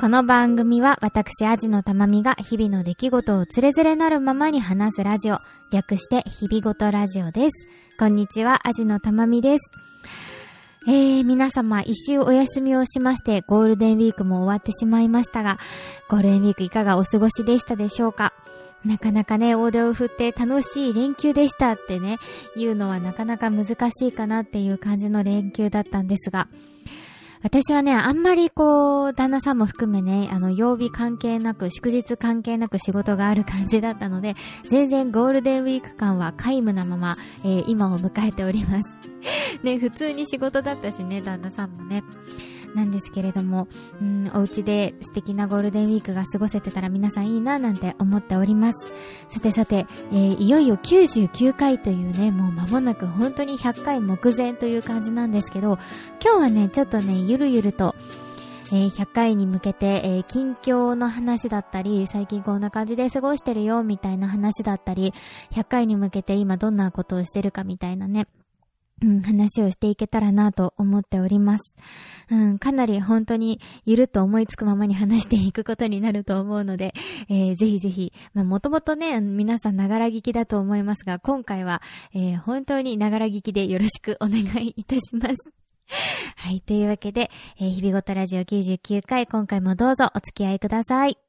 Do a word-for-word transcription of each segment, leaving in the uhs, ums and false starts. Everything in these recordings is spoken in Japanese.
この番組は私アジのたまみが日々の出来事をつれづれなるままに話すラジオ、略して日々ごとラジオです。こんにちは、アジのたまみです。えー、皆様一週お休みをしましてゴールデンウィークも終わってしまいましたが、ゴールデンウィークいかがお過ごしでしたでしょうか。なかなかね、大手を振って楽しい連休でしたってね、言うのはなかなか難しいかなっていう感じの連休だったんですが、私はね、あんまりこう、旦那さんも含めね、あの、曜日関係なく、祝日関係なく仕事がある感じだったので、全然ゴールデンウィーク間は皆無なまま、えー、今を迎えております。ね、普通に仕事だったしね、旦那さんもね。なんですけれども、うん、お家で素敵なゴールデンウィークが過ごせてたら皆さんいいななんて思っております。さてさて、えー、いよいよきゅうじゅうきゅうかいというね、もう間もなく本当にひゃっかい目前という感じなんですけど、今日はね、ちょっとね、ゆるゆると、えー、ひゃっかいに向けて、えー、近況の話だったり、最近こんな感じで過ごしてるよみたいな話だったり、ひゃっかいに向けて今どんなことをしてるかみたいなね、うん、話をしていけたらなと思っております。うん、かなり本当にゆるっと思いつくままに話していくことになると思うので、えー、ぜひぜひ、まあ、もともとね、皆さんながら聞きだと思いますが、今回は、えー、本当にながら聞きでよろしくお願いいたします。はい、というわけで、えー、日々ごとラジオきゅうじゅうきゅうかい、今回もどうぞお付き合いください。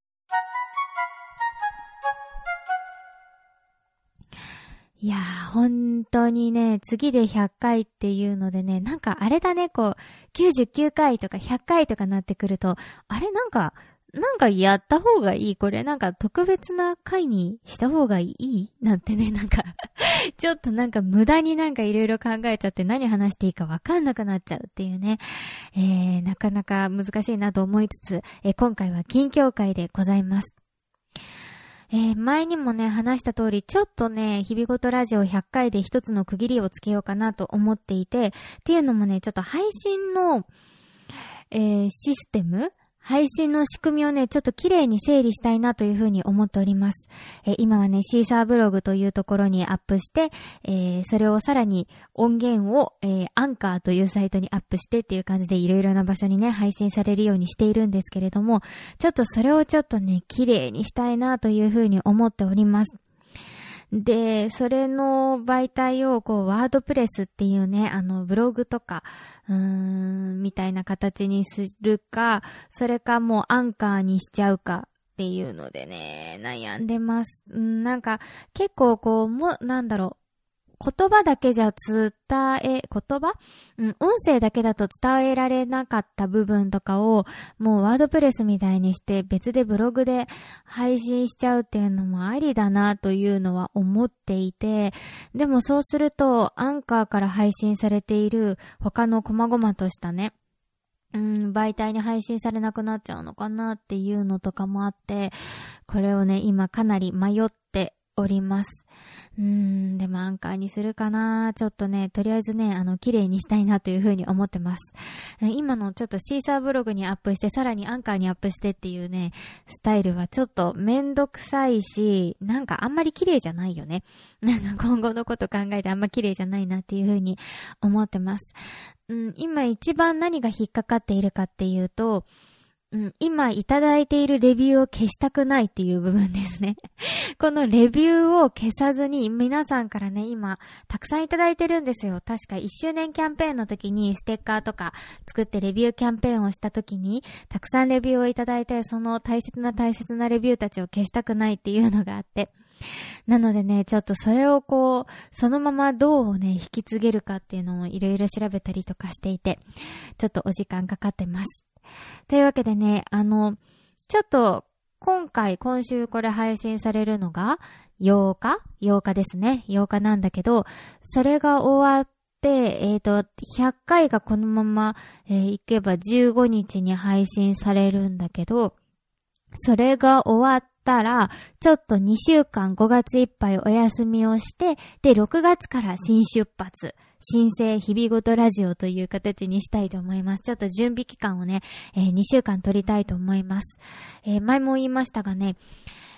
いやー、本当にね、次でひゃっかいっていうのでね、なんかあれだね、こう、きゅうじゅうきゅうかいとかひゃっかいとかなってくると、あれなんか、なんかやった方がいい、これなんか特別な回にした方がいいなんてね、なんか、ちょっとなんか無駄になんかいろいろ考えちゃって何話していいかわかんなくなっちゃうっていうね、えー、なかなか難しいなと思いつつ、えー、今回は近況会でございます。えー、前にもね、話した通り、ちょっとね、日々ごとラジオひゃっかいで一つの区切りをつけようかなと思っていて、っていうのもね、ちょっと配信の、えー、システム配信の仕組みをね、ちょっと綺麗に整理したいなというふうに思っております。えー、今はね、シーサーブログというところにアップして、えー、それをさらに音源を、えー、アンカーというサイトにアップしてっていう感じでいろいろな場所にね、配信されるようにしているんですけれども、ちょっとそれをちょっとね、綺麗にしたいなというふうに思っております。で、それの媒体をこうワードプレスっていうね、あのブログとかうーんみたいな形にするか、それかもうアンカーにしちゃうかっていうのでね、悩んでます。んなんか結構こうもなんだろう。言葉だけじゃ伝え、言葉うん、音声だけだと伝えられなかった部分とかを、もうワードプレスみたいにして別でブログで配信しちゃうっていうのもありだなというのは思っていて、でもそうすると、アンカーから配信されている他の細々としたね、うん、媒体に配信されなくなっちゃうのかなっていうのとかもあって、これをね、今かなり迷っております。うーん、でもアンカーにするかな。ちょっとね、とりあえずね、あの、綺麗にしたいなというふうに思ってます。今のちょっとシーサーブログにアップして、さらにアンカーにアップしてっていうね、スタイルはちょっとめんどくさいし、なんかあんまり綺麗じゃないよね。なんか今後のこと考えてあんま綺麗じゃないなっていうふうに思ってます。うん、今一番何が引っかかっているかっていうと、うん、今いただいているレビューを消したくないっていう部分ですね。このレビューを消さずに皆さんからね、今たくさんいただいてるんですよ。確かいっしゅうねんキャンペーンの時にステッカーとか作ってレビューキャンペーンをした時にたくさんレビューをいただいて、その大切な大切なレビューたちを消したくないっていうのがあって、なのでね、ちょっとそれをこうそのままどうね引き継げるかっていうのをいろいろ調べたりとかしていて、ちょっとお時間かかってます。というわけでね、あの、ちょっと、今回、今週これ配信されるのが、ようか ?よう 日ですね。ようかなんだけど、それが終わって、えっと、ひゃっかいがこのまま、えー、いけばじゅうごにちに配信されるんだけど、それが終わったら、ちょっとにしゅうかんごがついっぱいお休みをして、で、ろくがつから新出発。新生日々ごとラジオという形にしたいと思います。ちょっと準備期間をね、えー、にしゅうかん取りたいと思います。えー、前も言いましたがね、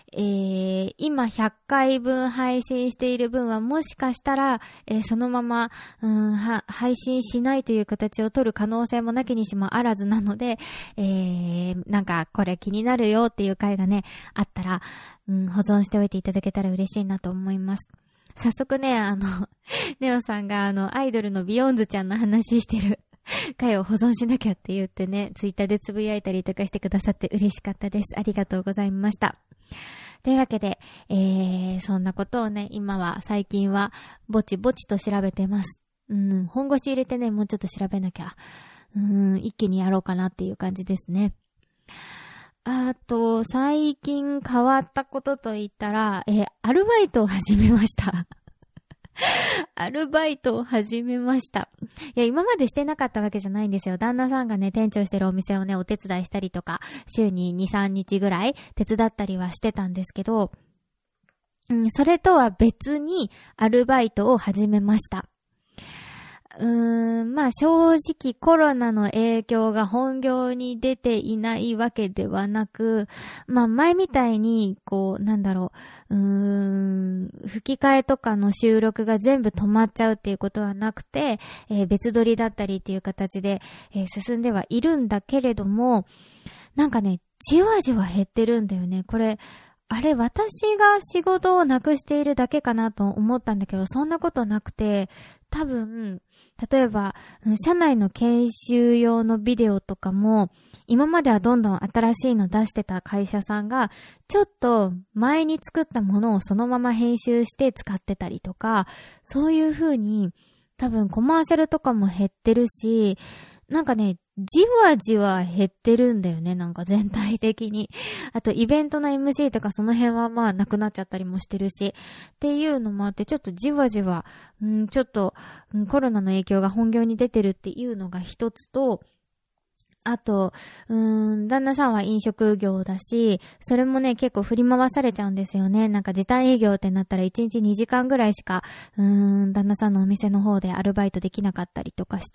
えー、今ひゃっかいぶん配信している分はもしかしたら、えー、そのまま、うん、は、配信しないという形を取る可能性もなきにしもあらずなので、えー、なんかこれ気になるよっていう回がね、あったら、うん、保存しておいていただけたら嬉しいなと思います。早速ね、あの、ネオさんがあの、アイドルのビヨンズちゃんの話してる回を保存しなきゃって言ってね、ツイッターでつぶやいたりとかしてくださって嬉しかったです。ありがとうございました。というわけで、えー、そんなことをね、今は、最近は、ぼちぼちと調べてます。うん、本腰入れてね、もうちょっと調べなきゃ、うん、一気にやろうかなっていう感じですね。あと、最近変わったことといったら、えー、アルバイトを始めました。アルバイトを始めました。いや、今までしてなかったわけじゃないんですよ。旦那さんがね、店長してるお店をね、お手伝いしたりとか、週にに、さんにちぐらい手伝ったりはしてたんですけど、うん、それとは別にアルバイトを始めました。うーん、まあ正直コロナの影響が本業に出ていないわけではなく、まあ前みたいにこうなんだろう、うーん、吹き替えとかの収録が全部止まっちゃうっていうことはなくて、えー、別撮りだったりっていう形で、えー、進んではいるんだけれども、なんかね、じわじわ減ってるんだよね。これ、あれ、私が仕事をなくしているだけかなと思ったんだけど、そんなことなくて、多分、例えば、社内の研修用のビデオとかも、今まではどんどん新しいの出してた会社さんが、ちょっと前に作ったものをそのまま編集して使ってたりとか、そういう風に、多分コマーシャルとかも減ってるし、なんかね、じわじわ減ってるんだよね、なんか全体的に。あとイベントの エムシー とかその辺はまあなくなっちゃったりもしてるし、っていうのもあってちょっとじわじわ、うん、ちょっと、うん、コロナの影響が本業に出てるっていうのが一つと、あと、うーん、旦那さんは飲食業だし、それもね、結構振り回されちゃうんですよね。なんか時短営業ってなったらいちにちにじかんぐらいしか、うーん、旦那さんのお店の方でアルバイトできなかったりとかして、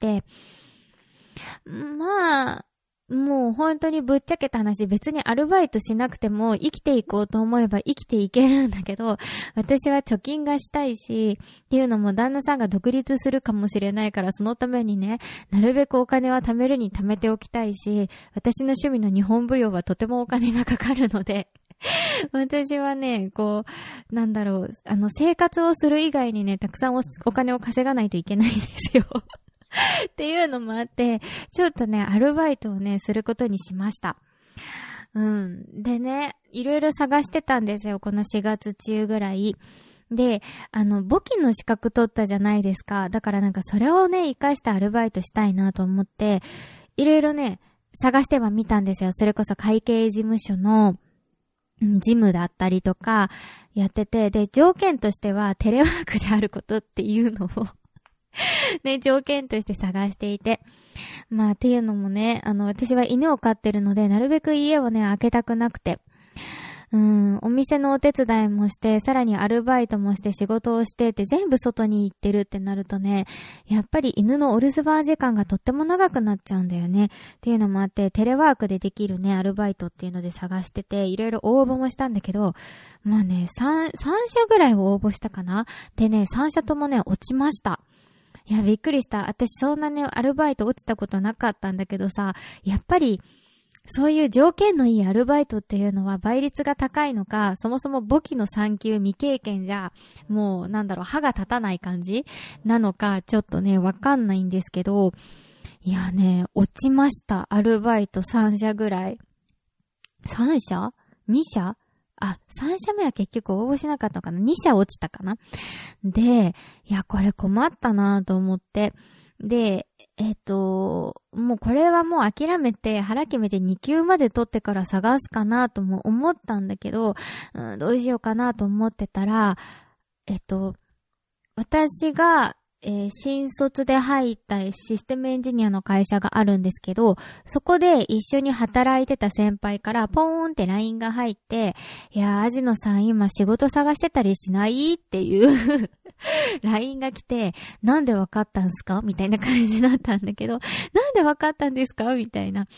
まあ、もう本当にぶっちゃけた話、別にアルバイトしなくても生きていこうと思えば生きていけるんだけど、私は貯金がしたいし、っていうのも旦那さんが独立するかもしれないから、そのためにね、なるべくお金は貯めるに貯めておきたいし、私の趣味の日本舞踊はとてもお金がかかるので、私はね、こう、なんだろう、あの、生活をする以外にね、たくさん お, お金を稼がないといけないんですよ。っていうのもあって、ちょっとね、アルバイトをね、することにしました。うん。でね、いろいろ探してたんですよ、このしがつ中ぐらい。で、あの、簿記の資格取ったじゃないですか。だからなんかそれをね、活かしてアルバイトしたいなと思って、いろいろね、探してはみたんですよ。それこそ会計事務所の、事務だったりとか、やってて、で、条件としてはテレワークであることっていうのを、ね、条件として探していて。まあ、っていうのもね、あの、私は犬を飼ってるので、なるべく家をね、開けたくなくて。うん、お店のお手伝いもして、さらにアルバイトもして仕事をしてって全部外に行ってるってなるとね、やっぱり犬のお留守番時間がとっても長くなっちゃうんだよね。っていうのもあって、テレワークでできるね、アルバイトっていうので探してて、いろいろ応募もしたんだけど、まあね、3、さんしゃぐらいを応募したかな。でね、さんしゃともね、落ちました。いや、びっくりした。私そんなね、アルバイト落ちたことなかったんだけどさ、やっぱり、そういう条件のいいアルバイトっていうのは倍率が高いのか、そもそも簿記のさん級未経験じゃ、もうなんだろう、歯が立たない感じなのか、ちょっとね、わかんないんですけど、いやね、落ちました。アルバイトさんしゃぐらい。さんしゃ ?に 社あ、さんしゃめは結局応募しなかったのかな ?に 社落ちたかなで、いや、これ困ったなと思って。で、えっと、もうこれはもう諦めて腹決めてに級まで取ってから探すかなとも思ったんだけど、うん、どうしようかなと思ってたら、えっと、私が、えー、新卒で入ったシステムエンジニアの会社があるんですけど、そこで一緒に働いてた先輩からポーンって ライン が入って、いやー、アジノさん今仕事探してたりしないっていうライン が来て、なんでわかったんすかみたいな感じだったんだけど、なんでわかったんですかみたいな。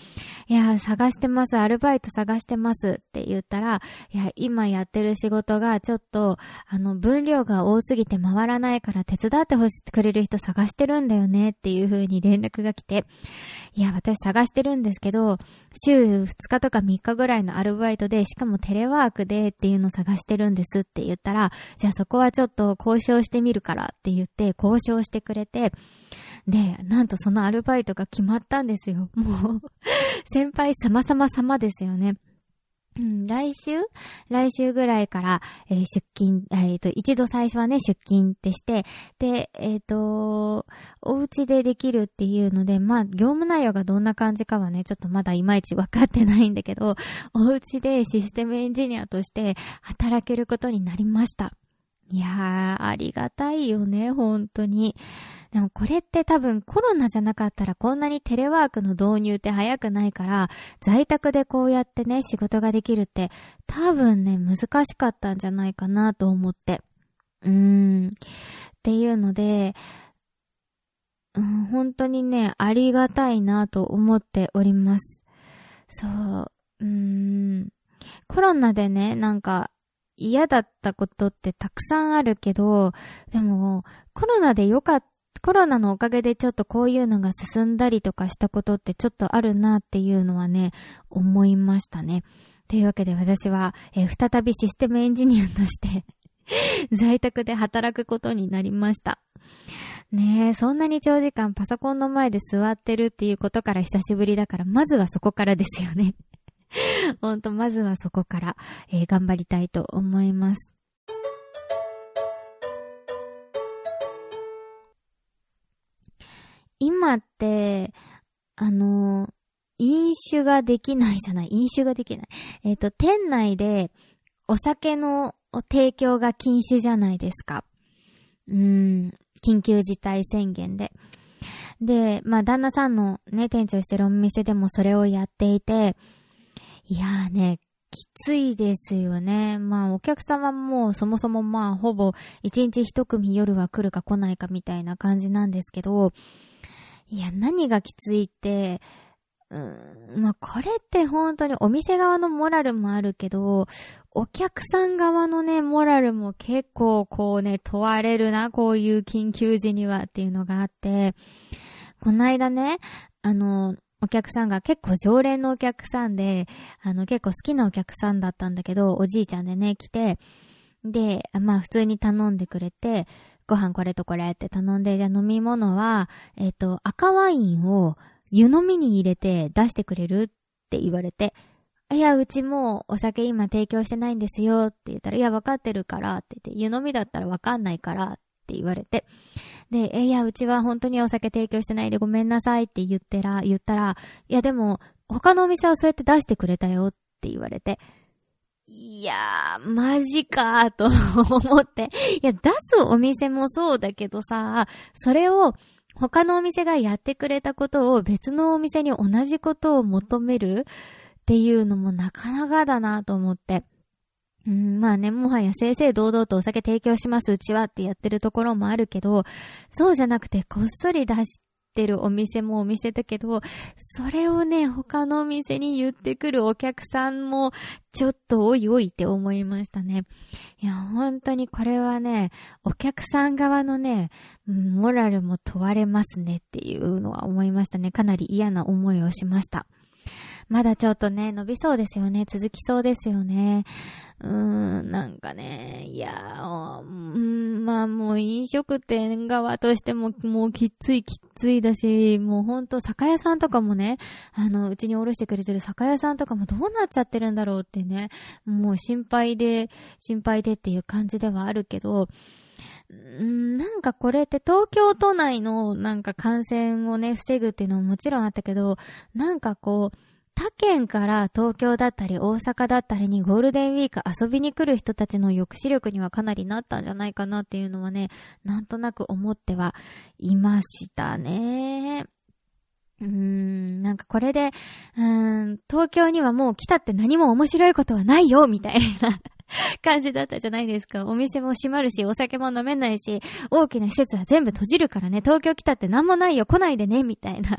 いや、探してます、アルバイト探してますって言ったら、いや、今やってる仕事がちょっと、あの、分量が多すぎて回らないから手伝ってほしくれる人探してるんだよねっていう風に連絡が来て、いや、私探してるんですけど、週ふつかとかみっかぐらいのアルバイトで、しかもテレワークでっていうのを探してるんですって言ったら、じゃあそこはちょっと交渉してみるからって言って交渉してくれて、で、なんとそのアルバイトが決まったんですよ。もう、先輩様々様ですよね。うん、来週来週ぐらいから、えー、出勤、えっ、ー、と、一度最初はね、出勤ってして、で、えっ、ー、と、お家でできるっていうので、まあ、業務内容がどんな感じかはね、ちょっとまだいまいち分かってないんだけど、お家でシステムエンジニアとして働けることになりました。いやー、ありがたいよね、本当に。でもこれって多分コロナじゃなかったらこんなにテレワークの導入って早くないから、在宅でこうやってね、仕事ができるって多分ね、難しかったんじゃないかなと思って。うーん。っていうので、うん、本当にね、ありがたいなと思っております。そう。うーん。コロナでね、なんか、嫌だったことってたくさんあるけど、でも、コロナで良かった、コロナのおかげでちょっとこういうのが進んだりとかしたことってちょっとあるなっていうのはね、思いましたね。というわけで私は、えー、再びシステムエンジニアとして在宅で働くことになりました。ねえ、そんなに長時間パソコンの前で座ってるっていうことから久しぶりだから、まずはそこからですよね。ほんと、まずはそこから、えー、頑張りたいと思います。今って、あの、飲酒ができないじゃない。飲酒ができない。えっと、店内でお酒の提供が禁止じゃないですか。うーん、緊急事態宣言で。で、まあ、旦那さんのね、店長してるお店でもそれをやっていて、いやーね、きついですよね。まあお客様もそもそもまあほぼ一日一組夜は来るか来ないかみたいな感じなんですけど、いや何がきついって、うーん、まあこれって本当にお店側のモラルもあるけど、お客さん側のねモラルも結構こうね問われるな、こういう緊急時にはっていうのがあって、この間ね、あのお客さんが結構常連のお客さんで、あの結構好きなお客さんだったんだけど、おじいちゃんでね、来て、で、まあ普通に頼んでくれて、ご飯これとこれって頼んで、じゃあ飲み物は、えっと、赤ワインを湯飲みに入れて出してくれるって言われて、いや、うちもお酒今提供してないんですよって言ったら、いや、わかってるからって言って、湯飲みだったらわかんないからって言われて、で、え、いや、うちは本当にお酒提供してないでごめんなさいって言ってら、言ったら、いや、でも、他のお店はそうやって出してくれたよって言われて、いやー、マジかーと思って、いや、出すお店もそうだけどさ、それを他のお店がやってくれたことを別のお店に同じことを求めるっていうのもなかなかだなと思って。うん、まあね、もはや正々堂々とお酒提供しますうちはってやってるところもあるけど、そうじゃなくてこっそり出してるお店もお店だけど、それをね他のお店に言ってくるお客さんもちょっとおいおいって思いましたね。いや本当にこれはね、お客さん側のねモラルも問われますねっていうのは思いましたね。かなり嫌な思いをしました。まだちょっとね、伸びそうですよね。続きそうですよね。うーん、なんかね、いやー、うーん、まあもう飲食店側としてももうきついきついだし、もうほんと酒屋さんとかもね、あの、うちにおろしてくれてる酒屋さんとかもどうなっちゃってるんだろうってね、もう心配で、心配でっていう感じではあるけど、んなんかこれって東京都内のなんか感染をね、防ぐっていうのももちろんあったけど、なんかこう、他県から東京だったり大阪だったりにゴールデンウィーク遊びに来る人たちの抑止力にはかなりなったんじゃないかなっていうのはね、なんとなく思ってはいましたね。うーん、なんかこれで、うーん、東京にはもう来たって何も面白いことはないよみたいな感じだったじゃないですか。お店も閉まるし、お酒も飲めないし、大きな施設は全部閉じるからね、東京来たって何もないよ、来ないでねみたいな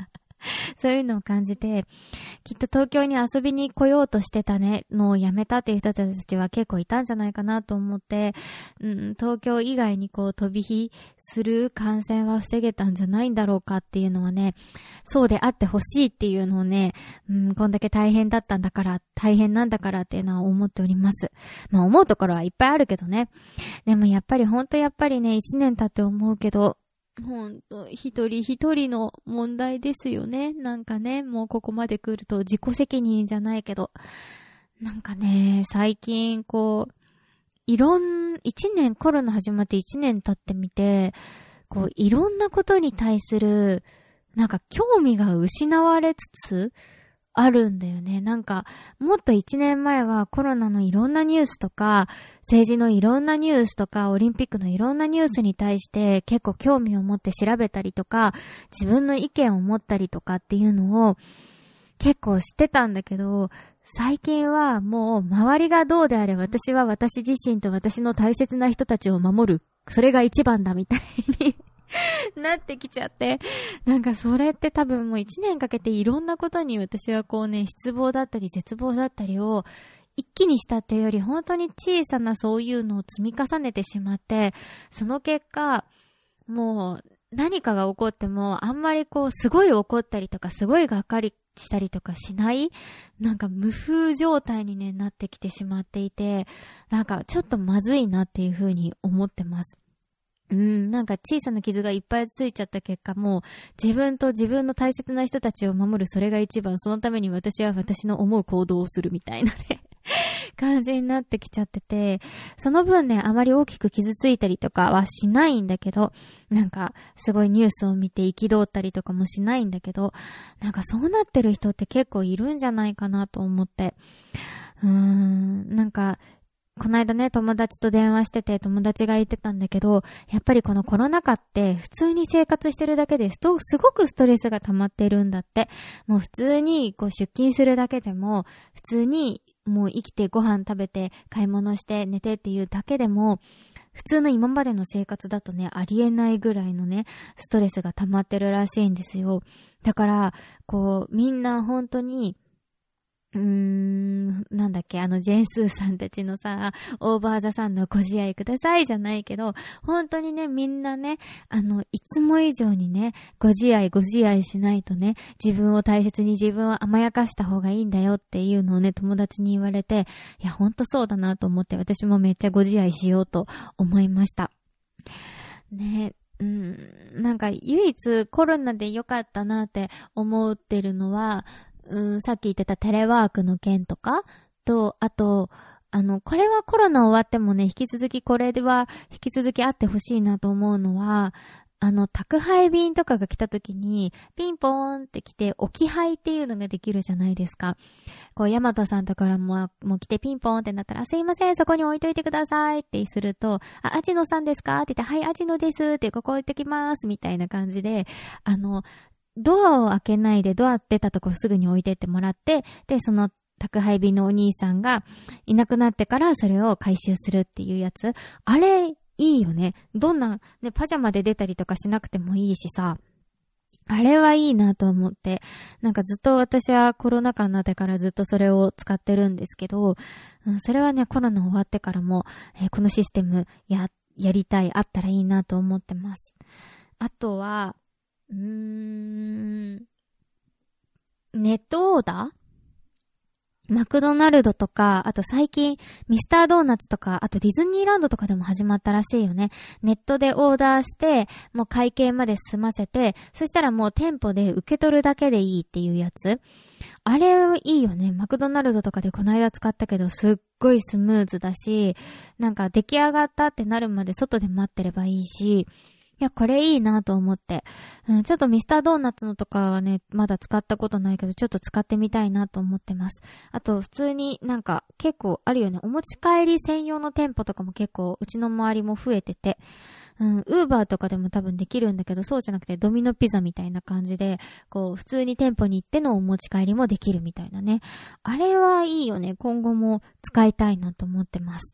そういうのを感じて、きっと東京に遊びに来ようとしてたねのをやめたっていう人たちは結構いたんじゃないかなと思って、うん、東京以外にこう飛び火する感染は防げたんじゃないんだろうかっていうのはね、そうであってほしいっていうのをね、うん、こんだけ大変だったんだから、大変なんだからっていうのは思っております。まあ思うところはいっぱいあるけどね。でもやっぱりほんとやっぱりね、一年経って思うけど、ほんと、一人一人の問題ですよね。なんかね、もうここまで来ると自己責任じゃないけど、なんかね、最近こう、いろん、一年、コロナ始まって一年経ってみて、こう、いろんなことに対する、なんか興味が失われつつあるんだよね。なんか、もっと一年前はコロナのいろんなニュースとか、政治のいろんなニュースとか、オリンピックのいろんなニュースに対して結構興味を持って調べたりとか、自分の意見を持ったりとかっていうのを結構知ってたんだけど、最近はもう周りがどうであれ私は私自身と私の大切な人たちを守る。それが一番だみたいになってきちゃって。なんかそれって多分もう一年かけていろんなことに私はこうね、失望だったり絶望だったりを一気にしたっていうより本当に小さなそういうのを積み重ねてしまって、その結果、もう何かが起こってもあんまりこうすごい怒ったりとかすごいがっかりしたりとかしない、なんか無風状態に、ね、なってきてしまっていて、なんかちょっとまずいなっていう風に思ってます。うん、なんか小さな傷がいっぱいついちゃった結果、もう自分と自分の大切な人たちを守る、それが一番、そのために私は私の思う行動をするみたいなね感じになってきちゃってて、その分ね、あまり大きく傷ついたりとかはしないんだけど、なんかすごいニュースを見て憤ったりとかもしないんだけど、なんかそうなってる人って結構いるんじゃないかなと思って、うーん、なんかこの間ね、友達と電話してて、友達が言ってたんだけど、やっぱりこのコロナ禍って普通に生活してるだけですと、すごくストレスが溜まってるんだって。もう普通にこう出勤するだけでも、普通にもう生きてご飯食べて買い物して寝てっていうだけでも、普通の今までの生活だとね、ありえないぐらいのね、ストレスが溜まってるらしいんですよ。だから、こう、みんな本当に、うーん、なんだっけ、あのジェーンスーさんたちのさ、オーバーザさんのご自愛くださいじゃないけど、本当にね、みんなね、あの、いつも以上にね、ご自愛ご自愛しないとね、自分を大切に自分を甘やかした方がいいんだよっていうのをね、友達に言われて、いや、ほんとそうだなと思って、私もめっちゃご自愛しようと思いました。ね、うん、なんか唯一コロナで良かったなって思ってるのは、うん、さっき言ってたテレワークの件とかと、あと、あの、これはコロナ終わってもね、引き続きこれでは、引き続きあってほしいなと思うのは、あの、宅配便とかが来た時に、ピンポーンって来て、置き配っていうのができるじゃないですか。こう、ヤマトさんとかからも、もう来てピンポーンってなったら、すいません、そこに置いといてくださいってすると、あ、アジノさんですかって言って、はい、アジノですって、ここ置いてきますみたいな感じで、あの、ドアを開けないでドア出たところすぐに置いてってもらって、で、その宅配便のお兄さんがいなくなってからそれを回収するっていうやつ。あれ、いいよね。どんな、ね、パジャマで出たりとかしなくてもいいしさ。あれはいいなと思って。なんかずっと私はコロナ禍になってからずっとそれを使ってるんですけど、うん、それはね、コロナ終わってからも、えー、このシステムや、やりたい、あったらいいなと思ってます。あとは、うーん、ネットオーダー？マクドナルドとか、あと最近ミスタードーナツとか、あとディズニーランドとかでも始まったらしいよね。ネットでオーダーして、もう会計まで済ませて、そしたらもう店舗で受け取るだけでいいっていうやつ。あれいいよね。マクドナルドとかでこの間使ったけど、すっごいスムーズだし、なんか出来上がったってなるまで外で待ってればいいし、いや、これいいなと思って、うん。ちょっとミスタードーナツのとかはね、まだ使ったことないけど、ちょっと使ってみたいなと思ってます。あと、普通になんか結構あるよね。お持ち帰り専用の店舗とかも結構、うちの周りも増えてて、うん、ウーバーとかでも多分できるんだけど、そうじゃなくてドミノピザみたいな感じで、こう、普通に店舗に行ってのお持ち帰りもできるみたいなね。あれはいいよね。今後も使いたいなと思ってます。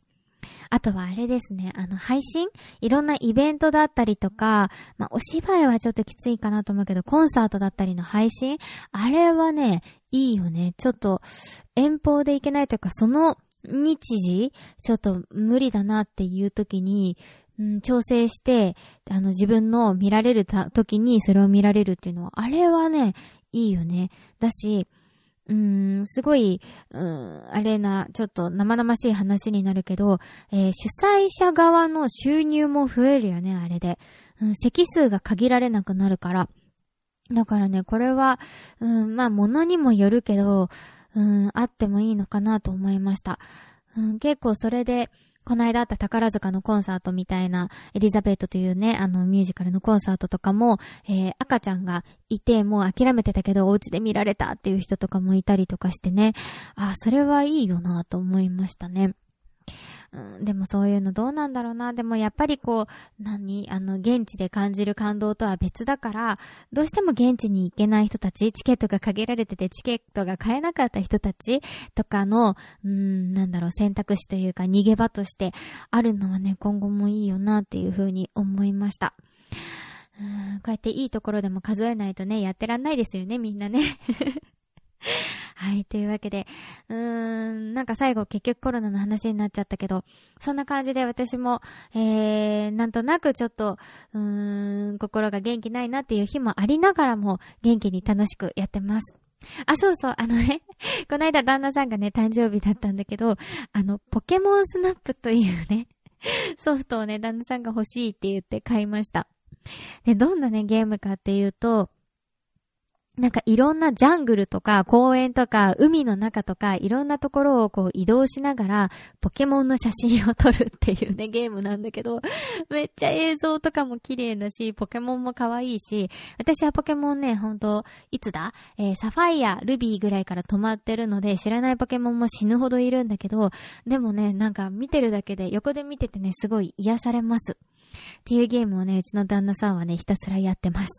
あとはあれですね、あの配信いろんなイベントだったりとか、まあお芝居はちょっときついかなと思うけど、コンサートだったりの配信、あれはね、いいよね。ちょっと遠方で行けないというか、その日時、ちょっと無理だなっていう時に、うん、調整して、あの自分の見られるた時にそれを見られるっていうのは、あれはね、いいよね。だし、うーん、すごい、うーん、あれな、ちょっと生々しい話になるけど、えー、主催者側の収入も増えるよね、あれで。うん、席数が限られなくなるから。だからね、これは、うん、まあ、物にもよるけど、うん、あってもいいのかなと思いました。うん、結構それで、この間あった宝塚のコンサートみたいな、エリザベートというね、あのミュージカルのコンサートとかも、えー、赤ちゃんがいて、もう諦めてたけど、お家で見られたっていう人とかもいたりとかしてね。あ、それはいいよなと思いましたね。うん、でもそういうのどうなんだろうな。でもやっぱりこう、何あの、現地で感じる感動とは別だから、どうしても現地に行けない人たち、チケットが限られててチケットが買えなかった人たちとかの、うーん、なんだろう、選択肢というか逃げ場としてあるのはね、今後もいいよなっていうふうに思いました。うーん、こうやっていいところでも数えないとね、やってらんないですよね、みんなね。はい、というわけで、うーん、なんか最後結局コロナの話になっちゃったけど、そんな感じで私も、えー、なんとなくちょっと、うーん、心が元気ないなっていう日もありながらも、元気に楽しくやってます。あ、そうそう、あのね、この間旦那さんがね、誕生日だったんだけど、あの、ポケモンスナップというね、ソフトをね、旦那さんが欲しいって言って買いました。で、どんなね、ゲームかっていうと、なんかいろんなジャングルとか公園とか海の中とかいろんなところをこう移動しながらポケモンの写真を撮るっていうねゲームなんだけど、めっちゃ映像とかも綺麗だしポケモンも可愛いし、私はポケモンね、ほんといつだ、えー、サファイア、ルビーぐらいから止まってるので知らないポケモンも死ぬほどいるんだけど、でもね、なんか見てるだけで横で見ててね、すごい癒されますっていうゲームをね、うちの旦那さんはね、ひたすらやってます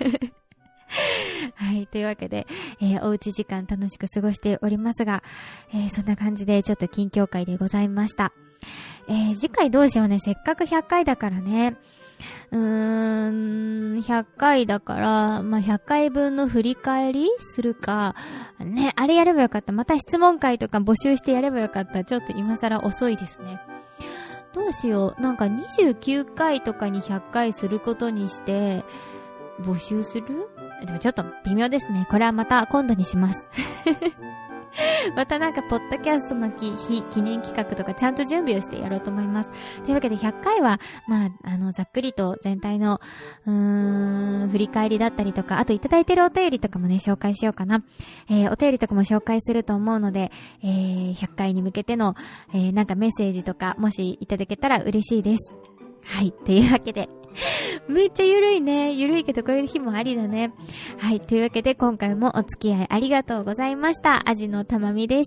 はい、というわけで、えー、おうち時間楽しく過ごしておりますが、えー、そんな感じでちょっと近況会でございました。えー、次回どうしようね。せっかくひゃっかいだからね。うーん、ひゃっかいだから、まあ、ひゃっかいぶんの振り返りするか、ね、あれやればよかった。また質問会とか募集してやればよかった。ちょっと今更遅いですね。どうしよう。なんかにじゅうきゅうかいとかにひゃっかいすることにして、募集する？でもちょっと微妙ですね。これはまた今度にします。またなんかポッドキャストの日、日記念企画とかちゃんと準備をしてやろうと思います。というわけでひゃっかいは、まあ、あの、ざっくりと全体の、うーん、振り返りだったりとか、あといただいてるお便りとかもね、紹介しようかな。えー、お便りとかも紹介すると思うので、えー、ひゃっかいに向けての、えー、なんかメッセージとか、もしいただけたら嬉しいです。はい、というわけで。めっちゃゆるいね。ゆるいけどこういう日もありだね。はい。というわけで今回もお付き合いありがとうございました。アジのたまみでした。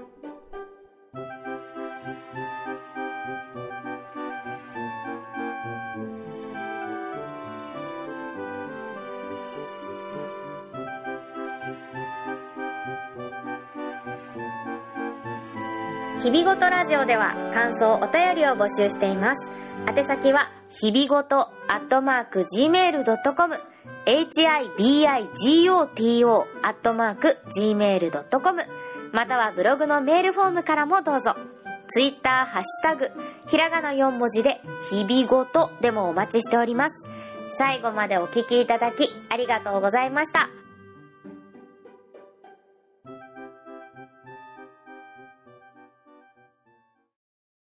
日々ごとラジオでは感想お便りを募集しています。宛先は日々ごとアットマーク ジーメールドットコム エイチアイビーアイジーオーティーオー アットマーク ジーメールドットコム またはブログのメールフォームからもどうぞ。ツイッターハッシュタグひらがなよん文字で日々ごとでもお待ちしております。最後までお聞きいただきありがとうございました。